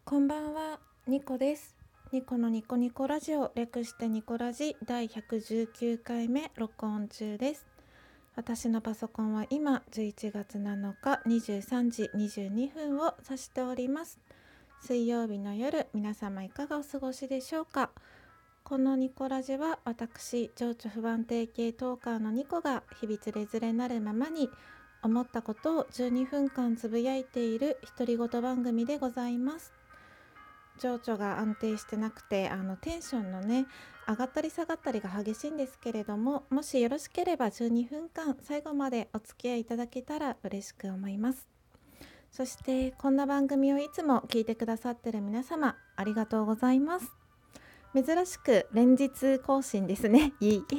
こんばんは、ニコです。ニコのニコニコラジオ、略してニコラジ第119回目録音中です。私のパソコンは今11月7日23時22分を指しております。水曜日の夜、皆様いかがお過ごしでしょうか。このニコラジは私、情緒不安定系トーカーのニコが日々つれづれなるままに思ったことを12分間つぶやいている独り言番組でございます。情緒が安定してなくてテンションのね上がったり下がったりが激しいんですけれども、もしよろしければ12分間最後までお付き合いいただけたら嬉しく思います。そしてこんな番組をいつも聞いてくださってる皆様、ありがとうございます。珍しく連日更新ですね。いい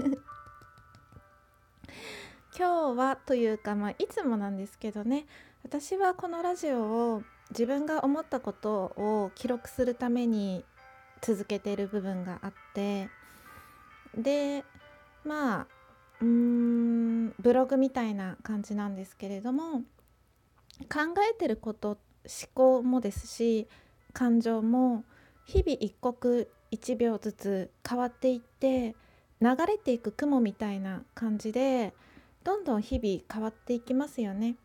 今日はというか、いつもなんですけどね、私はこのラジオを自分が思ったことを記録するために続けている部分があって、でまあブログみたいな感じなんですけれども、考えてること、思考もですし感情も日々一刻一秒ずつ変わっていって流れていく雲みたいな感じでどんどん日々変わっていきますよね。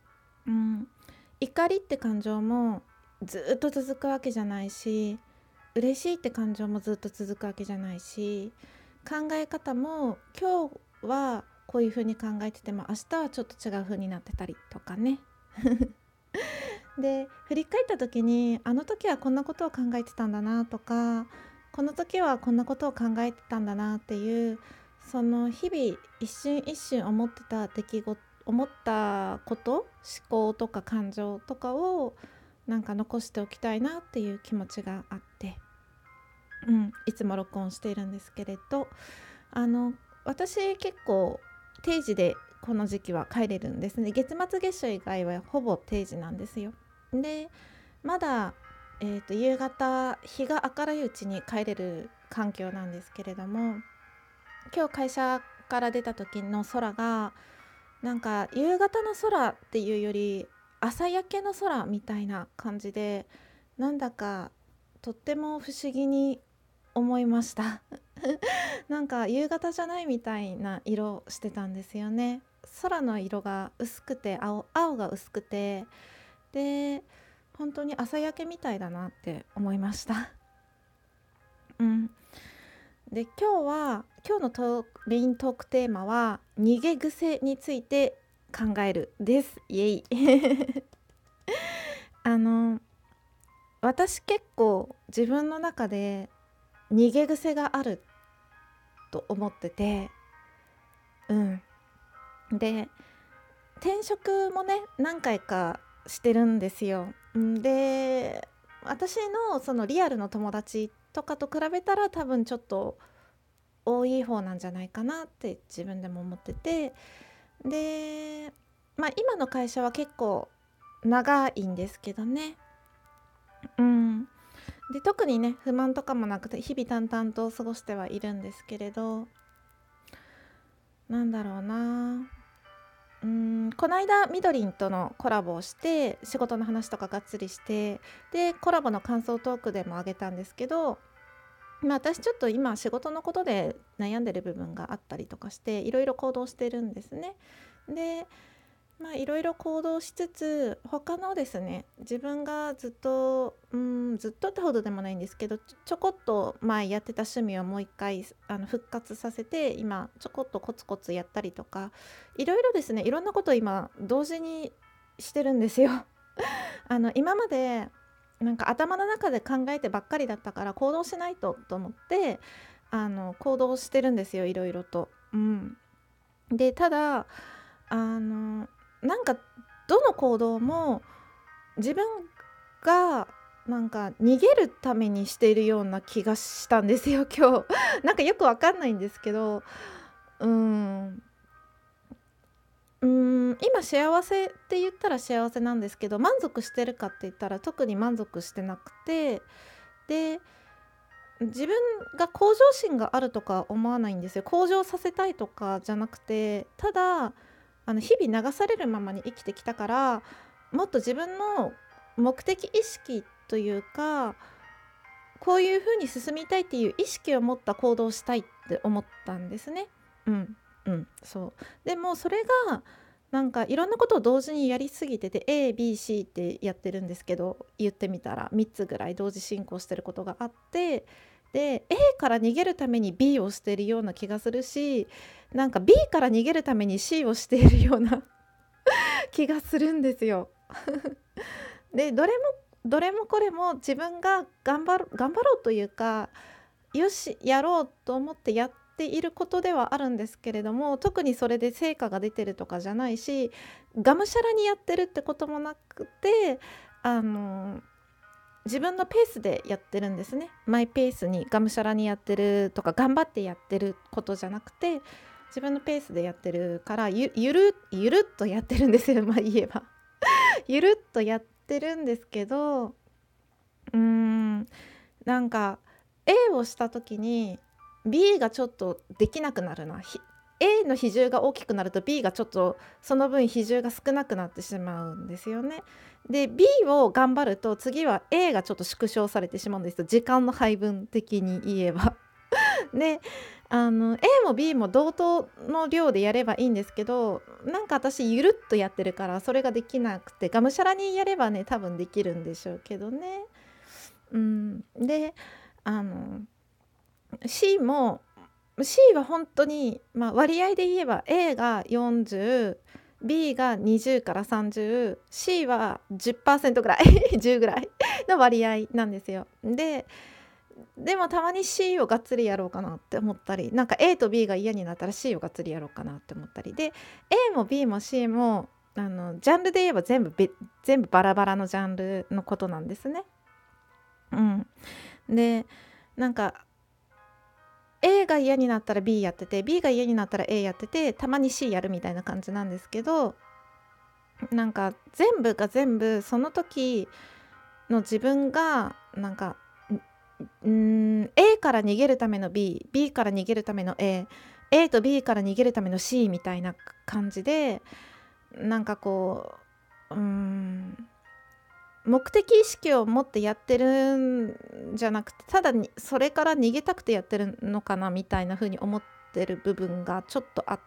怒りって感情もずっと続くわけじゃないし、嬉しいって感情もずっと続くわけじゃないし、考え方も今日はこういう風に考えてても明日はちょっと違う風になってたりとかねで振り返った時にあの時はこんなことを考えてたんだなとか、この時はこんなことを考えてたんだなっていう、その日々一瞬一瞬思ってた出来事、思ったこと、思考とか感情とかをなんか残しておきたいなっていう気持ちがあって、いつも録音しているんですけれど、あの私結構定時でこの時期は帰れるんですね。月末月初以外はほぼ定時なんですよ。でまだ、夕方日が明るいうちに帰れる環境なんですけれども、今日会社から出た時の空がなんか夕方の空っていうより朝焼けの空みたいな感じで、なんだかとっても不思議に思いましたなんか夕方じゃないみたいな色してたんですよね。空の色が薄くて青が薄くて、で本当に朝焼けみたいだなって思いましたで今日のメイントークテーマは逃げ癖について考えるです。イエイあの私結構自分の中で逃げ癖があると思ってて、で転職もね何回かしてるんですよ。で私のそのリアルの友達とかと比べたら多分ちょっと多い方なんじゃないかなって自分でも思ってて、で今の会社は結構長いんですけどね。で特にね不満とかもなくて日々淡々と過ごしてはいるんですけれど、なんだろうな、この間みどりんとのコラボをして仕事の話とかがっつりして、でコラボの感想トークでもあげたんですけど、私ちょっと今仕事のことで悩んでる部分があったりとかしていろいろ行動してるんですね。でいろいろ行動しつつ他のですね、自分がずっとってほどでもないんですけど、ちょこっと前やってた趣味をもう一回復活させて今ちょこっとコツコツやったりとか、いろいろですね、いろんなことを今同時にしてるんですよ今までなんか頭の中で考えてばっかりだったから行動しないと思って行動してるんですよ、いろいろと。でただなんかどの行動も自分がなんか逃げるためにしているような気がしたんですよ今日なんかよくわかんないんですけど、うーん今幸せって言ったら幸せなんですけど、満足してるかって言ったら特に満足してなくて、で自分が向上心があるとか思わないんですよ。向上させたいとかじゃなくて、ただ日々流されるままに生きてきたから、もっと自分の目的意識というか、こういうふうに進みたいっていう意識を持った行動をしたいって思ったんですね。うんそうでもそれがなんかいろんなことを同時にやりすぎてて ABC ってやってるんですけど、言ってみたら3つぐらい同時進行してることがあって、で A から逃げるために B をしているような気がするし、なんか B から逃げるために C をしているような気がするんですよ。でどれもこれも自分が頑張ろうというか、よしやろうと思ってやっていることではあるんですけれども、特にそれで成果が出てるとかじゃないし、がむしゃらにやってるってこともなくて、自分のペースでやってるんですね。マイペースにがむしゃらにやってるとか頑張ってやってることじゃなくて、自分のペースでやってるから、ゆるっとやってるんですよ。言えばゆるっとやってるんですけど、なんか A をした時に B がちょっとできなくなるな。A の比重が大きくなると B がちょっとその分比重が少なくなってしまうんですよね。で B を頑張ると次は A がちょっと縮小されてしまうんですよ、時間の配分的に言えば。でA も B も同等の量でやればいいんですけど、なんか私ゆるっとやってるからそれができなくて、がむしゃらにやればね多分できるんでしょうけどね。であの C も C は本当に、割合で言えば A が40、 B が20から 30、 C は 10% ぐらい10ぐらいの割合なんですよ。でもたまに C をがっつりやろうかなって思ったり、なんか A と B が嫌になったら C をがっつりやろうかなって思ったりで、 A も B も C もジャンルで言えば全部バラバラのジャンルのことなんですね。でなんか A が嫌になったら B やってて、 B が嫌になったら A やってて、たまに C やるみたいな感じなんですけど、なんか全部が全部その時の自分がなんかA から逃げるための B から逃げるための A と B から逃げるための C みたいな感じで、なんかこう目的意識を持ってやってるんじゃなくて、ただにそれから逃げたくてやってるのかなみたいな風に思ってる部分がちょっとあって、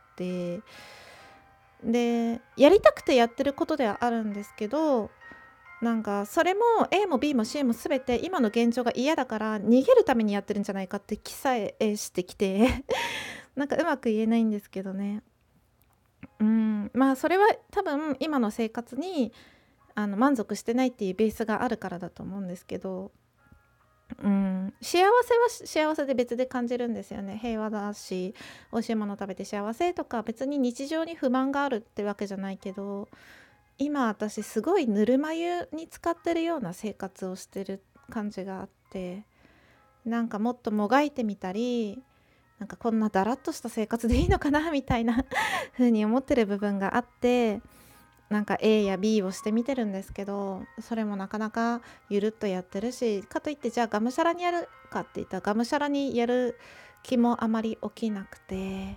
でやりたくてやってることではあるんですけど、なんかそれも A も B も C も全て今の現状が嫌だから逃げるためにやってるんじゃないかって気さえしてきてなんかうまく言えないんですけどね。それは多分今の生活に満足してないっていうベースがあるからだと思うんですけど、幸せは幸せで別で感じるんですよね。平和だし、美味しいもの食べて幸せとか、別に日常に不満があるってわけじゃないけど、今私すごいぬるま湯に使ってるような生活をしてる感じがあって、なんかもっともがいてみたり、なんかこんなだらっとした生活でいいのかなみたいな風に思ってる部分があって、なんか A や B をしてみてるんですけど、それもなかなかゆるっとやってるし、かといってじゃあがむしゃらにやるかって言ったらがむしゃらにやる気もあまり起きなくて、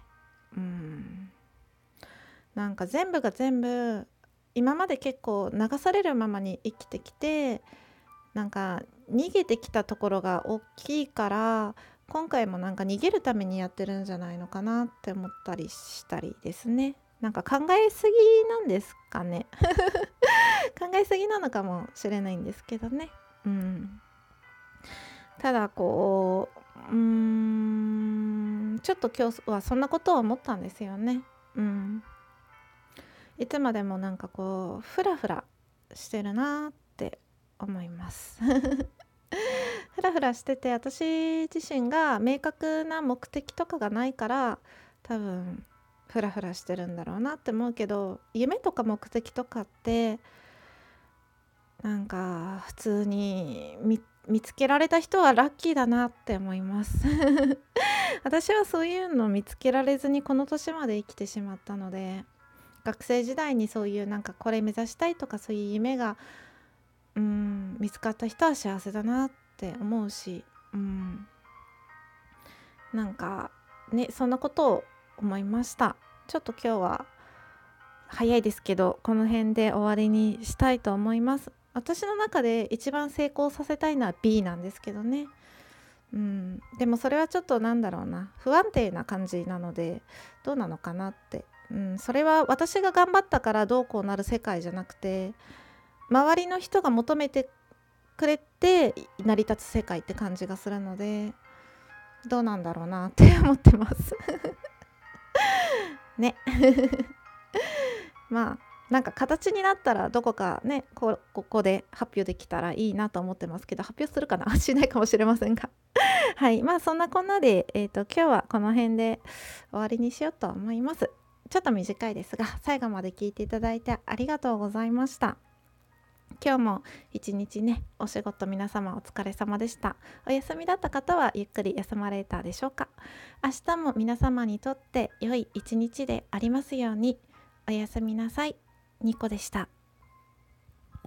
なんか全部が全部今まで結構流されるままに生きてきて、なんか逃げてきたところが大きいから、今回もなんか逃げるためにやってるんじゃないのかなって思ったりしたりですね。なんか考えすぎなんですかね考えすぎなのかもしれないんですけどね。ただこうちょっと今日はそんなことを思ったんですよね。いつまでもなんかこうフラフラしてるなって思いますフラフラしてて、私自身が明確な目的とかがないから多分フラフラしてるんだろうなって思うけど、夢とか目的とかってなんか普通に見つけられた人はラッキーだなって思います私はそういうの見つけられずにこの年まで生きてしまったので、学生時代にそういうなんかこれ目指したいとかそういう夢が見つかった人は幸せだなって思うし、なんかね、そんなことを思いました。ちょっと今日は早いですけどこの辺で終わりにしたいと思います。 私の中で一番成功させたいのは B なんですけどね。でもそれはちょっとなんだろうな、不安定な感じなのでどうなのかなって、それは私が頑張ったからどうこうなる世界じゃなくて、周りの人が求めてくれて成り立つ世界って感じがするので、どうなんだろうなって思ってますねまあなんか形になったらどこかね、ここで発表できたらいいなと思ってますけど、発表するかなしないかもしれませんがはい、まあそんなこんなで、今日はこの辺で終わりにしようと思います。ちょっと短いですが、最後まで聞いていただいてありがとうございました。今日も一日ね、お仕事皆様お疲れ様でした。お休みだった方はゆっくり休まれたでしょうか。明日も皆様にとって良い一日でありますように。おやすみなさい。ニコでした。